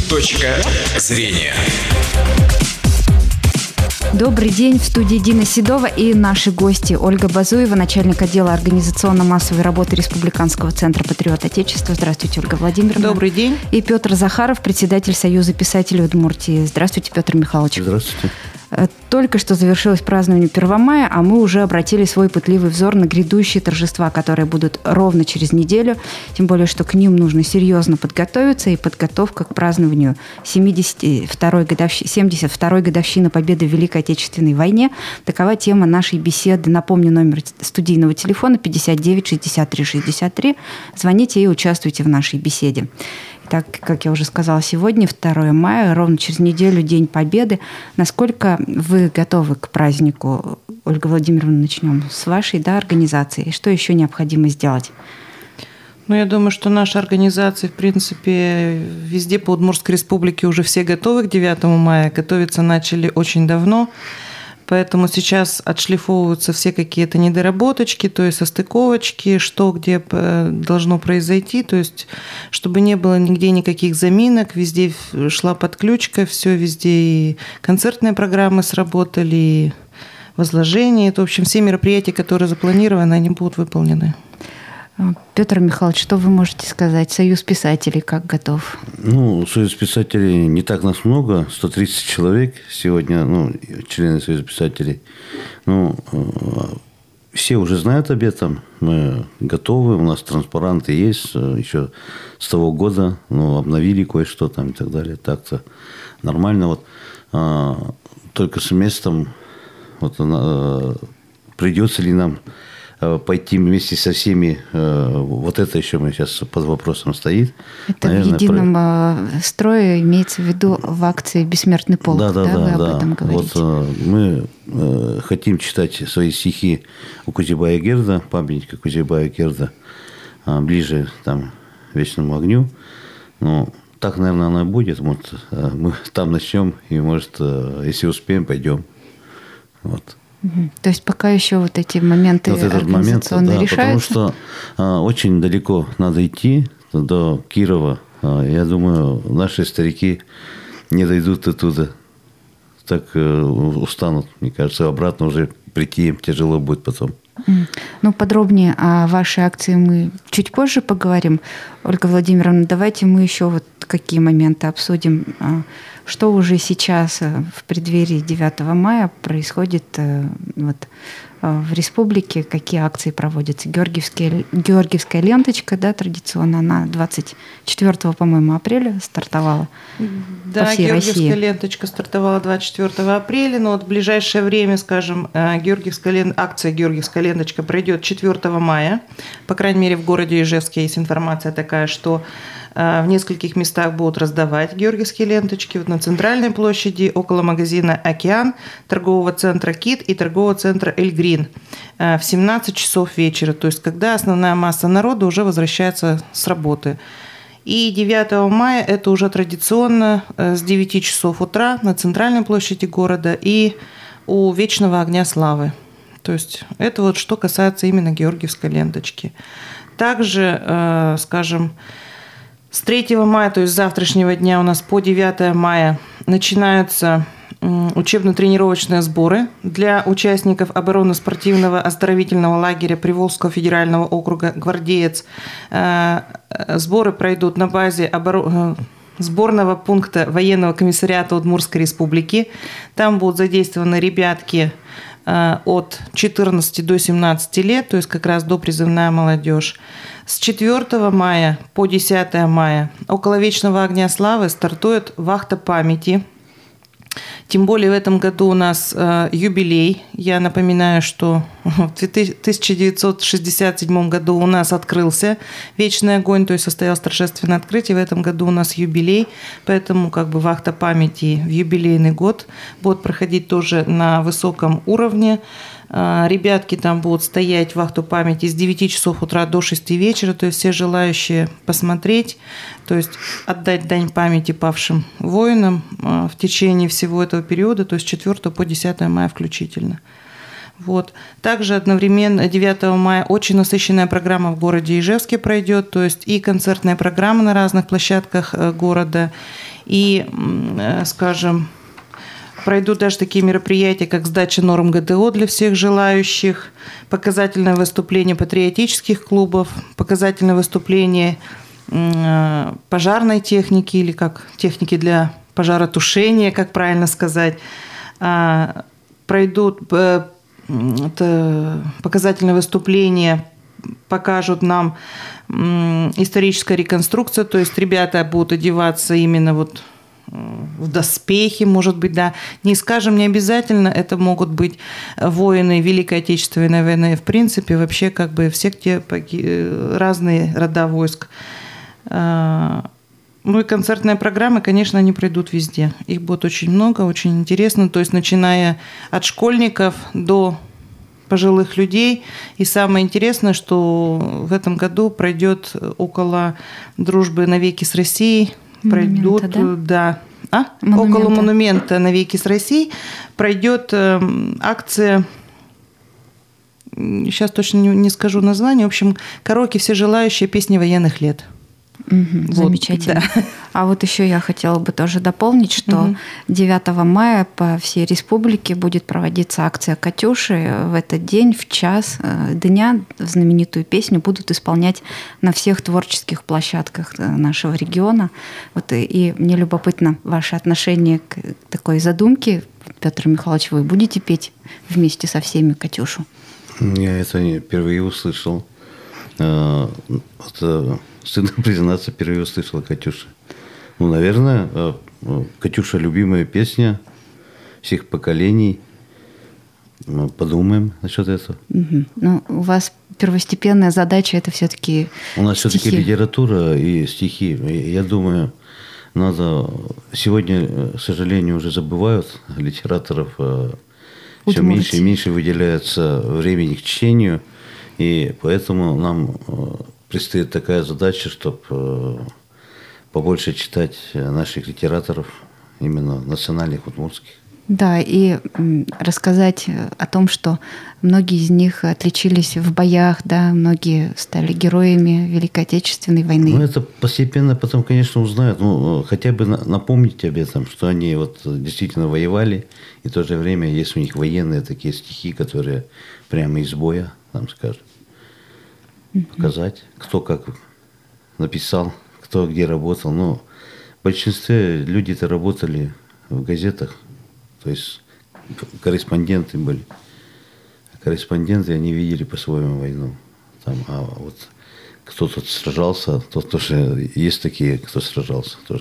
Точка зрения. Добрый день, в студии Дина Седова и наши гости. Ольга Базуева, начальник отдела организационно-массовой работы Республиканского центра «Патриот Отечества». Здравствуйте, Ольга Владимировна. Добрый день. И Петр Захаров, председатель Союза писателей Удмуртии. Здравствуйте, Петр Михайлович. Здравствуйте. Только что завершилось празднование 1 мая, а мы уже обратили свой пытливый взор на грядущие торжества, которые будут ровно через неделю. Тем более, что к ним нужно серьезно подготовиться, и подготовка к празднованию 72-й годовщины победы в Великой Отечественной войне. Такова тема нашей беседы. Напомню, номер студийного телефона 59 63 63. Звоните и участвуйте в нашей беседе. Так, как я уже сказала, сегодня 2 мая, ровно через неделю, День Победы. Насколько вы готовы к празднику? Ольга Владимировна, начнем с вашей организации. Что еще необходимо сделать? Я думаю, что наша организация, в принципе, везде по Удмуртской республике уже все готовы к 9 мая. Готовиться начали очень давно. Поэтому сейчас отшлифовываются все какие-то недоработочки, то есть состыковочки, что где должно произойти, то есть чтобы не было нигде никаких заминок, везде шла подключка, все везде и концертные программы сработали, и возложения. В общем, все мероприятия, которые запланированы, они будут выполнены. Петр Михайлович, что вы можете сказать? Союз писателей как готов? Союз писателей не так нас много, 130 человек сегодня, члены Союза писателей. Все уже знают об этом, мы готовы, у нас транспаранты есть, еще с того года, обновили кое-что там и так далее. Так-то нормально. Только с местом придется ли нам пойти вместе со всеми, это еще мы сейчас под вопросом стоит. Это наверное, в едином строе имеется в виду в акции «Бессмертный полк», вы об этом говорите? Мы хотим читать свои стихи у Кузибая Герда, памятника Кузибая Герда, ближе там, вечному огню. Так, наверное, оно и будет. Мы там начнем, и, может, если успеем, пойдем. То есть пока еще эти моменты организационные решаются? Потому что очень далеко надо идти, до Кирова. Я думаю, наши старики не дойдут оттуда. Так устанут, мне кажется, обратно уже прийти им тяжело будет потом. Подробнее о вашей акции мы чуть позже поговорим. Ольга Владимировна, давайте мы еще какие моменты обсудим. Что уже сейчас в преддверии 9 мая происходит в республике, какие акции проводятся? Георгиевская ленточка, традиционно, она 24, по-моему, апреля стартовала по всей России. Георгиевская ленточка стартовала 24 апреля, но в ближайшее время, скажем, акция «Георгиевская ленточка» пройдет 4 мая. По крайней мере, в городе Ижевске есть информация такая, что в нескольких местах будут раздавать георгиевские ленточки. На центральной площади, около магазина «Океан», торгового центра «Кит» и торгового центра «Эльгрин» в 17 часов вечера, то есть когда основная масса народа уже возвращается с работы. И 9 мая это уже традиционно с 9 часов утра на центральной площади города и у Вечного огня славы. То есть это что касается именно георгиевской ленточки. Также, скажем, с 3 мая, то есть с завтрашнего дня у нас по 9 мая начинаются учебно-тренировочные сборы для участников оборонно-спортивного оздоровительного лагеря Приволжского федерального округа «Гвардеец». Сборы пройдут на базе сборного пункта военного комиссариата Удмуртской республики. Там будут задействованы ребятки от 14 до 17 лет, то есть как раз допризывная молодежь. С 4 мая по 10 мая около Вечного огня славы стартует вахта памяти. Тем более в этом году у нас юбилей. Я напоминаю, что в 1967 году у нас открылся Вечный огонь, то есть состоялось торжественное открытие. В этом году у нас юбилей, поэтому вахта памяти в юбилейный год будет проходить тоже на высоком уровне. Ребятки там будут стоять вахту памяти с 9 часов утра до 6 вечера, то есть все желающие посмотреть, то есть отдать дань памяти павшим воинам в течение всего этого периода, то есть с 4 по 10 мая включительно. Вот. Также одновременно 9 мая очень насыщенная программа в городе Ижевске пройдет, то есть и концертная программа на разных площадках города, и, скажем, пройдут даже такие мероприятия, как сдача норм ГТО для всех желающих, показательное выступление патриотических клубов, показательное выступление пожарной техники или как техники для пожаротушения, как правильно сказать. Пройдут показательное выступление, покажут нам историческая реконструкция, то есть ребята будут одеваться именно вот в доспехи, может быть, да. Не скажем, не обязательно, это могут быть воины Великой Отечественной войны, в принципе, вообще как бы все те разные рода войск. Ну и концертные программы, конечно, они пройдут везде. Их будет очень много, очень интересно. То есть начиная от школьников до пожилых людей. И самое интересное, что в этом году пройдет около дружбы навеки с Россией. Пройдут, да? Около монумента навеки с Россией пройдет акция. Сейчас точно не скажу название. В общем, караоке «Все желающие» песни военных лет. Вот, замечательно. Да. А вот еще я хотела бы тоже дополнить, что 9 мая по всей республике будет проводиться акция «Катюши». В этот день, в час дня, знаменитую песню будут исполнять на всех творческих площадках нашего региона. Вот, и мне любопытно ваше отношение к такой задумке. Петр Михайлович, вы будете петь вместе со всеми «Катюшу»? Я это впервые услышал. Стыдно признаться, впервые услышала «Катюша». Ну, наверное, «Катюша» – любимая песня всех поколений. Мы подумаем насчет этого. Ну, у вас первостепенная задача – это все-таки у нас стихи. Все-таки литература и стихи. Я думаю, надо... Сегодня, к сожалению, уже забывают литераторов. Все меньше и меньше выделяется времени к чтению. И поэтому нам предстоит такая задача, чтобы побольше читать наших литераторов, именно национальных, удмуртских. Да, и рассказать о том, что многие из них отличились в боях, да, многие стали героями Великой Отечественной войны. Ну, это постепенно потом, конечно, узнают. Ну, хотя бы напомнить об этом, что они вот действительно воевали, и в то же время есть у них военные такие стихи, которые прямо из боя, там скажем. Показать, кто как написал, кто где работал. Но в большинстве люди-то работали в газетах, то есть корреспонденты были. Корреспонденты, они видели по-своему войну. Там, а вот кто тут сражался, тот тоже есть такие, кто сражался тоже.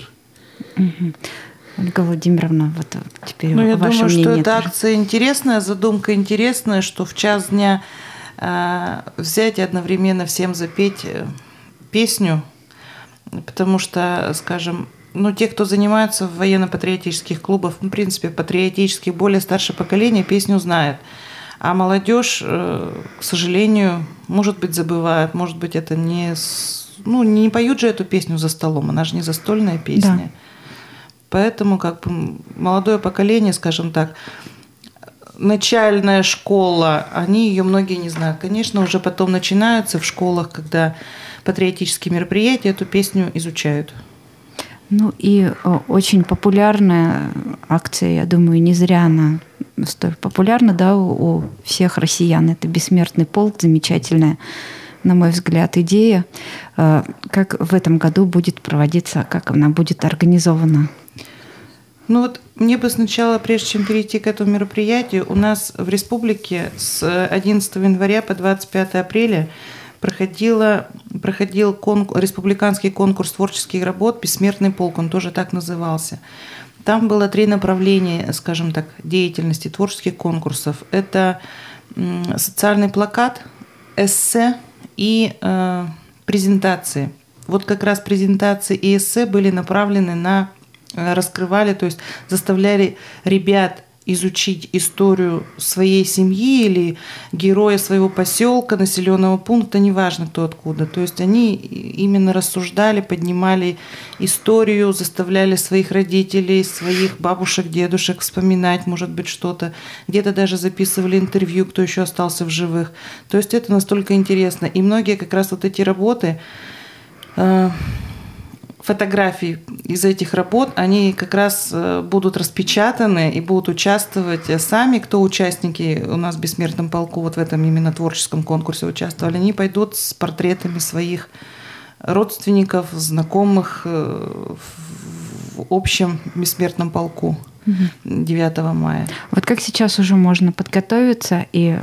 Ольга Владимировна, вот теперь я ваше думаю, мнение что эта тоже. акция интересная, задумка интересная, что в час дня взять и одновременно всем запеть песню, потому что, скажем, те, кто занимается в военно-патриотических клубах, в принципе, патриотических, более старшее поколение песню знает. А молодежь, к сожалению, может быть, забывает, может быть, это не поют же эту песню за столом, она же не застольная песня. Да. Поэтому молодое поколение, скажем так, начальная школа, они ее многие не знают. Конечно, уже потом начинаются в школах, когда патриотические мероприятия, эту песню изучают. Ну и очень популярная акция, я думаю, не зря она столь популярна, да, у всех россиян. Это «Бессмертный полк», замечательная, на мой взгляд, идея. Как в этом году будет проводиться, как она будет организована? Мне бы сначала, прежде чем перейти к этому мероприятию, у нас в республике с 11 января по 25 апреля проходил республиканский конкурс творческих работ «Бессмертный полк», он тоже так назывался. Там было 3 направления, скажем так, деятельности творческих конкурсов. Это социальный плакат, эссе и презентации. Вот как раз презентации и эссе были направлены на раскрывали, то есть заставляли ребят изучить историю своей семьи или героя своего поселка, населенного пункта, неважно кто откуда. То есть они именно рассуждали, поднимали историю, заставляли своих родителей, своих бабушек, дедушек вспоминать, может быть, что-то. Где-то даже записывали интервью, кто еще остался в живых. То есть это настолько интересно. И многие как раз вот эти работы, фотографии из этих работ, они как раз будут распечатаны и будут участвовать сами, кто участники у нас в «Бессмертном полку», вот в этом именно творческом конкурсе участвовали, они пойдут с портретами своих родственников, знакомых в общем «Бессмертном полку» 9 мая. Вот как сейчас уже можно подготовиться и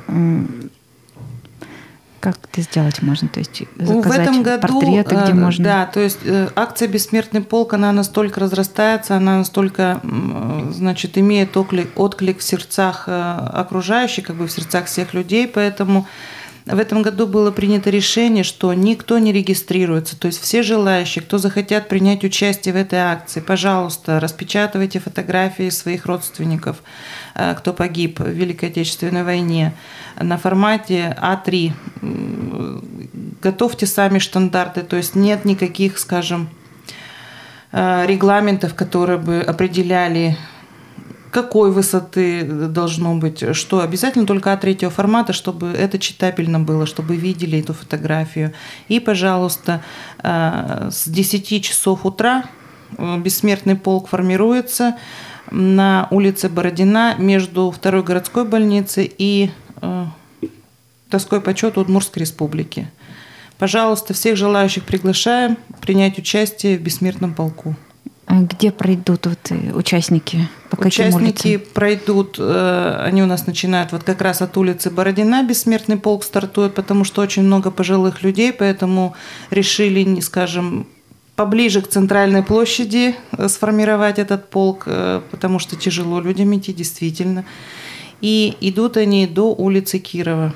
как это сделать можно? То есть заказать в этом году, портреты, где можно? Да, то есть акция «Бессмертный полк», она настолько разрастается, она настолько, значит, имеет отклик в сердцах окружающих, как бы в сердцах всех людей, поэтому в этом году было принято решение, что никто не регистрируется. То есть все желающие, кто захотят принять участие в этой акции, пожалуйста, распечатывайте фотографии своих родственников, кто погиб в Великой Отечественной войне, на формате А3. Готовьте сами штандарты, то есть нет никаких, скажем, регламентов, которые бы определяли, какой высоты должно быть, что обязательно только А3 формата, чтобы это читабельно было, чтобы видели эту фотографию. И, пожалуйста, с 10 часов утра «Бессмертный полк» формируется на улице Бородина между 2-й городской больницей и доской почета Удмуртской республики. Пожалуйста, всех желающих приглашаем принять участие в «Бессмертном полку». Где пройдут участники? По каким Участники улицам? пройдут, они у нас начинают вот как раз от улицы Бородина, «Бессмертный полк» стартует, потому что очень много пожилых людей, поэтому решили, скажем, поближе к центральной площади сформировать этот полк, потому что тяжело людям идти, действительно. И идут они до улицы Кирова.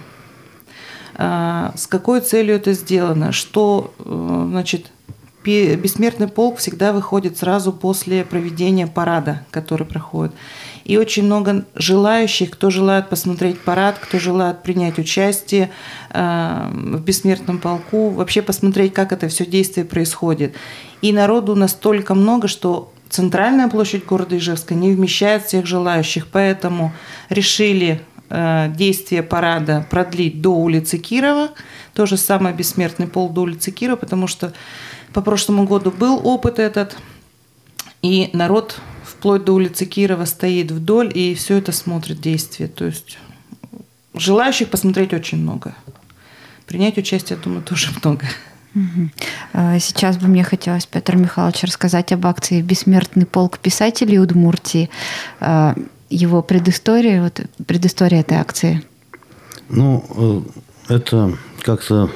С какой целью это сделано? Что, значит, «Бессмертный полк» всегда выходит сразу после проведения парада, который проходит. И очень много желающих, кто желает посмотреть парад, кто желает принять участие в «Бессмертном полку», вообще посмотреть, как это все действие происходит. И народу настолько много, что центральная площадь города Ижевска не вмещает всех желающих, поэтому решили действие парада продлить до улицы Кирова. То же самое «Бессмертный полк» до улицы Кирова, потому что по прошлому году был опыт этот, и народ вплоть до улицы Кирова стоит вдоль и все это смотрит действие. То есть желающих посмотреть очень много. Принять участие, я думаю, тоже много. Сейчас бы мне хотелось, Петр Михайлович, рассказать об акции «Бессмертный полк писателей Удмуртии». Его предыстория, предыстория этой акции. Ну, это как-то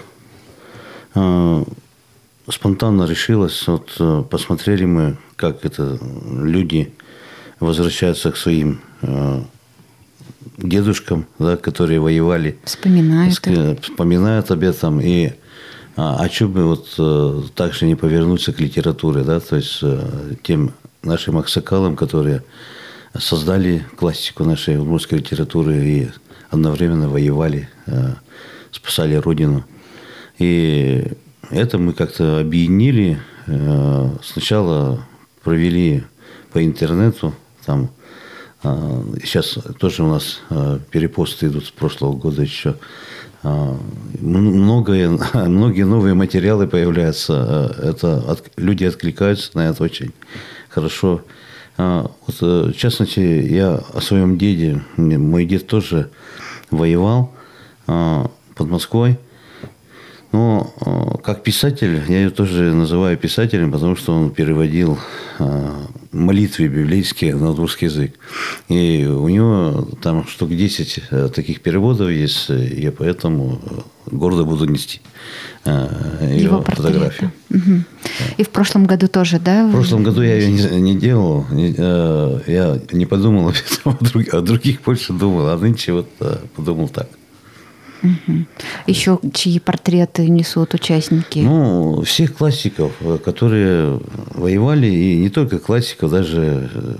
спонтанно решилось. Вот посмотрели мы, как это люди возвращаются к своим дедушкам, да, которые воевали. Вспоминают об этом. И что бы вот так же не повернуться к литературе, да, то есть тем нашим аксакалам, которые создали классику нашей удмуртской литературы и одновременно воевали, спасали Родину. И это мы как-то объединили. Сначала провели по интернету. Там сейчас тоже у нас перепосты идут с прошлого года еще. Многие новые материалы появляются. Люди откликаются на это очень хорошо. Вот, в частности, я о своем деде. Мой дед тоже воевал под Москвой. Но как писатель, я ее тоже называю писателем, потому что он переводил молитвы библейские на удмуртский язык. И у него там штук 10 таких переводов есть, и я поэтому гордо буду нести его фотографию. Угу. И в прошлом году тоже, да? В прошлом году я ее не делал. Я не подумал об этом, о других больше думал. А нынче вот подумал так. Угу. Еще чьи портреты несут участники? Ну, всех классиков, которые воевали, и не только классиков, даже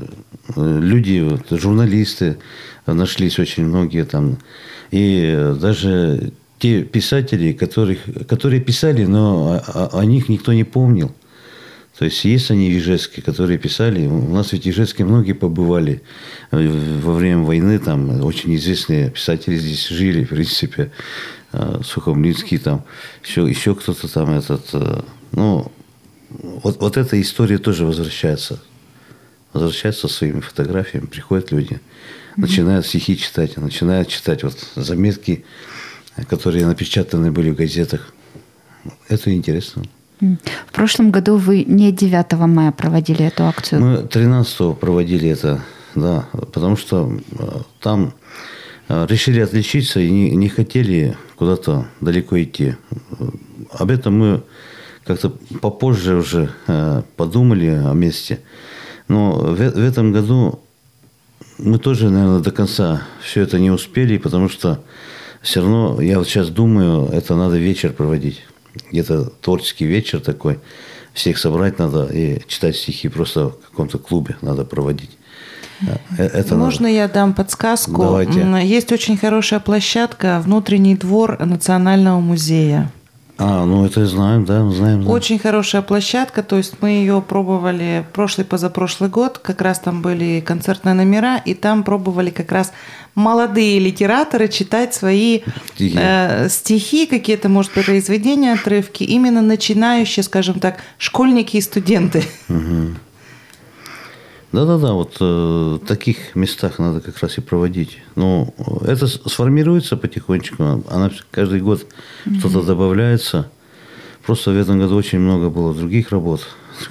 люди, вот, журналисты нашлись очень многие там. И даже те писатели, которые писали, но о них никто не помнил. То есть они в Ижевске, которые писали. У нас ведь в Ижевске многие побывали во время войны. Там очень известные писатели здесь жили, в принципе. Сухомлинский там, еще кто-то там этот. Ну, вот эта история тоже возвращается. Возвращается со своими фотографиями. Приходят люди, начинают стихи читать, начинают читать вот заметки, которые напечатаны были в газетах. Это интересно. В прошлом году вы не 9 мая проводили эту акцию? Мы 13-го проводили это, да, потому что там решили отличиться и не хотели куда-то далеко идти. Об этом мы как-то попозже уже подумали о месте. Но в этом году мы тоже, наверное, до конца все это не успели, потому что все равно, я вот сейчас думаю, это надо вечер проводить. Где-то творческий вечер такой. Всех собрать надо и читать стихи просто в каком-то клубе надо проводить. Это Можно я дам подсказку? Давайте. Есть очень хорошая площадка, внутренний двор Национального музея. Ну это знаем, да, знаем. Очень хорошая площадка, то есть мы ее пробовали позапрошлый год, как раз там были концертные номера, и там пробовали как раз молодые литераторы читать свои стихи, какие-то, может, произведения, отрывки, именно начинающие, скажем так, школьники и студенты. Угу. Да-да-да, вот в таких местах надо как раз и проводить. Ну, это сформируется потихонечку, она каждый год что-то добавляется. Просто в этом году очень много было других работ,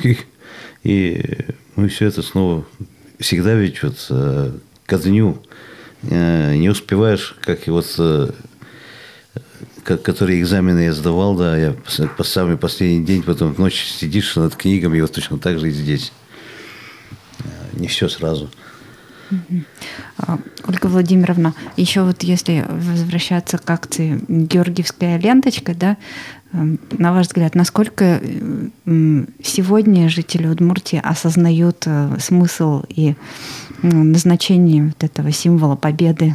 и мы все это снова, всегда ведь вот ко дню не успеваешь, как и вот, которые экзамены я сдавал, да, я по самый последний день, потом в ночь сидишь над книгами, и вот точно так же и здесь. Не все сразу. Ольга Владимировна, еще вот если возвращаться к акции «Георгиевская ленточка», да, на ваш взгляд, насколько сегодня жители Удмуртии осознают смысл и назначение вот этого символа победы?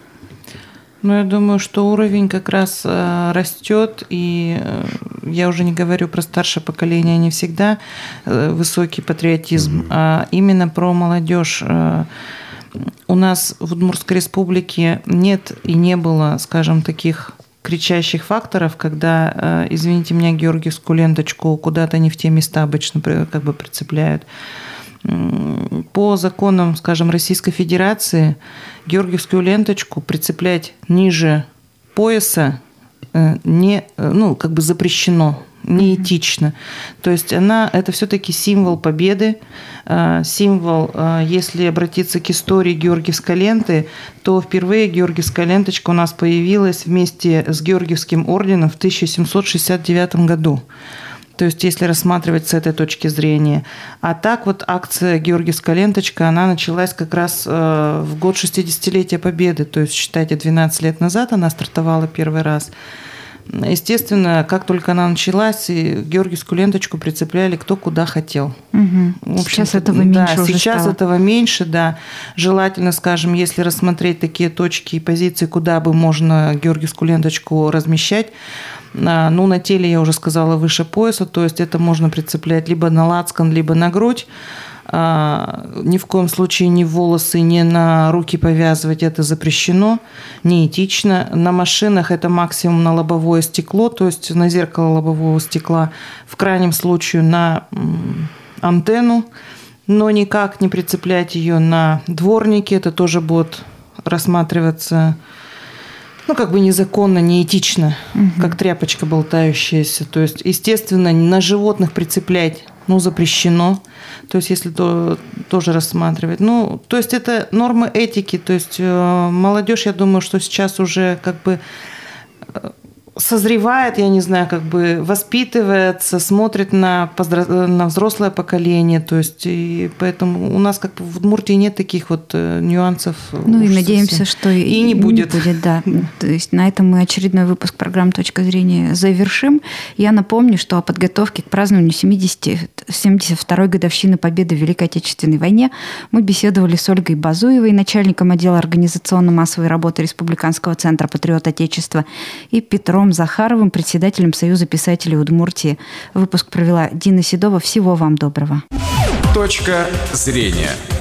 Ну, я думаю, что уровень как раз растет, и я уже не говорю про старшее поколение, не всегда высокий патриотизм, а именно про молодежь. У нас в Удмуртской республике нет и не было, скажем, таких кричащих факторов, когда, извините меня, георгиевскую ленточку куда-то не в те места обычно как бы прицепляют. По законам, скажем, Российской Федерации георгиевскую ленточку прицеплять ниже пояса не, как бы запрещено, неэтично. То есть это все-таки символ победы, символ, если обратиться к истории георгиевской ленты, то впервые георгиевская ленточка у нас появилась вместе с Георгиевским орденом в 1769 году. То есть, если рассматривать с этой точки зрения. А так вот акция «Георгиевская ленточка», она началась как раз в год 60-летия Победы. То есть, считайте, 12 лет назад она стартовала первый раз. Естественно, как только она началась, георгиевскую ленточку прицепляли кто куда хотел. Угу. Сейчас этого меньше да, уже сейчас стало. этого меньше, да. Желательно, скажем, если рассмотреть такие точки и позиции, куда бы можно георгиевскую ленточку размещать, на теле, я уже сказала, выше пояса, то есть это можно прицеплять либо на лацкан, либо на грудь. Ни в коем случае ни в волосы, ни на руки повязывать, это запрещено, неэтично. На машинах это максимум на лобовое стекло, то есть на зеркало лобового стекла, в крайнем случае на антенну, но никак не прицеплять ее на дворники, это тоже будет рассматриваться как бы незаконно, неэтично, как тряпочка болтающаяся. То есть, естественно, на животных прицеплять запрещено. То есть, если тоже рассматривать. То есть, это нормы этики. То есть, молодежь, я думаю, что сейчас уже как бы созревает, я не знаю, как бы воспитывается, смотрит на взрослое поколение, то есть, и поэтому у нас как бы в Удмуртии нет таких вот нюансов. Ну и надеемся, что и не будет. Да. То есть на этом мы очередной выпуск программы «Точка зрения» завершим. Я напомню, что о подготовке к празднованию 72-й годовщины Победы в Великой Отечественной войне мы беседовали с Ольгой Базуевой, начальником отдела организационно-массовой работы Республиканского центра «Патриот Отечества», и Петром Захаровым, председателем Союза писателей Удмуртии. Выпуск провела Дина Седова. Всего вам доброго. Точка зрения.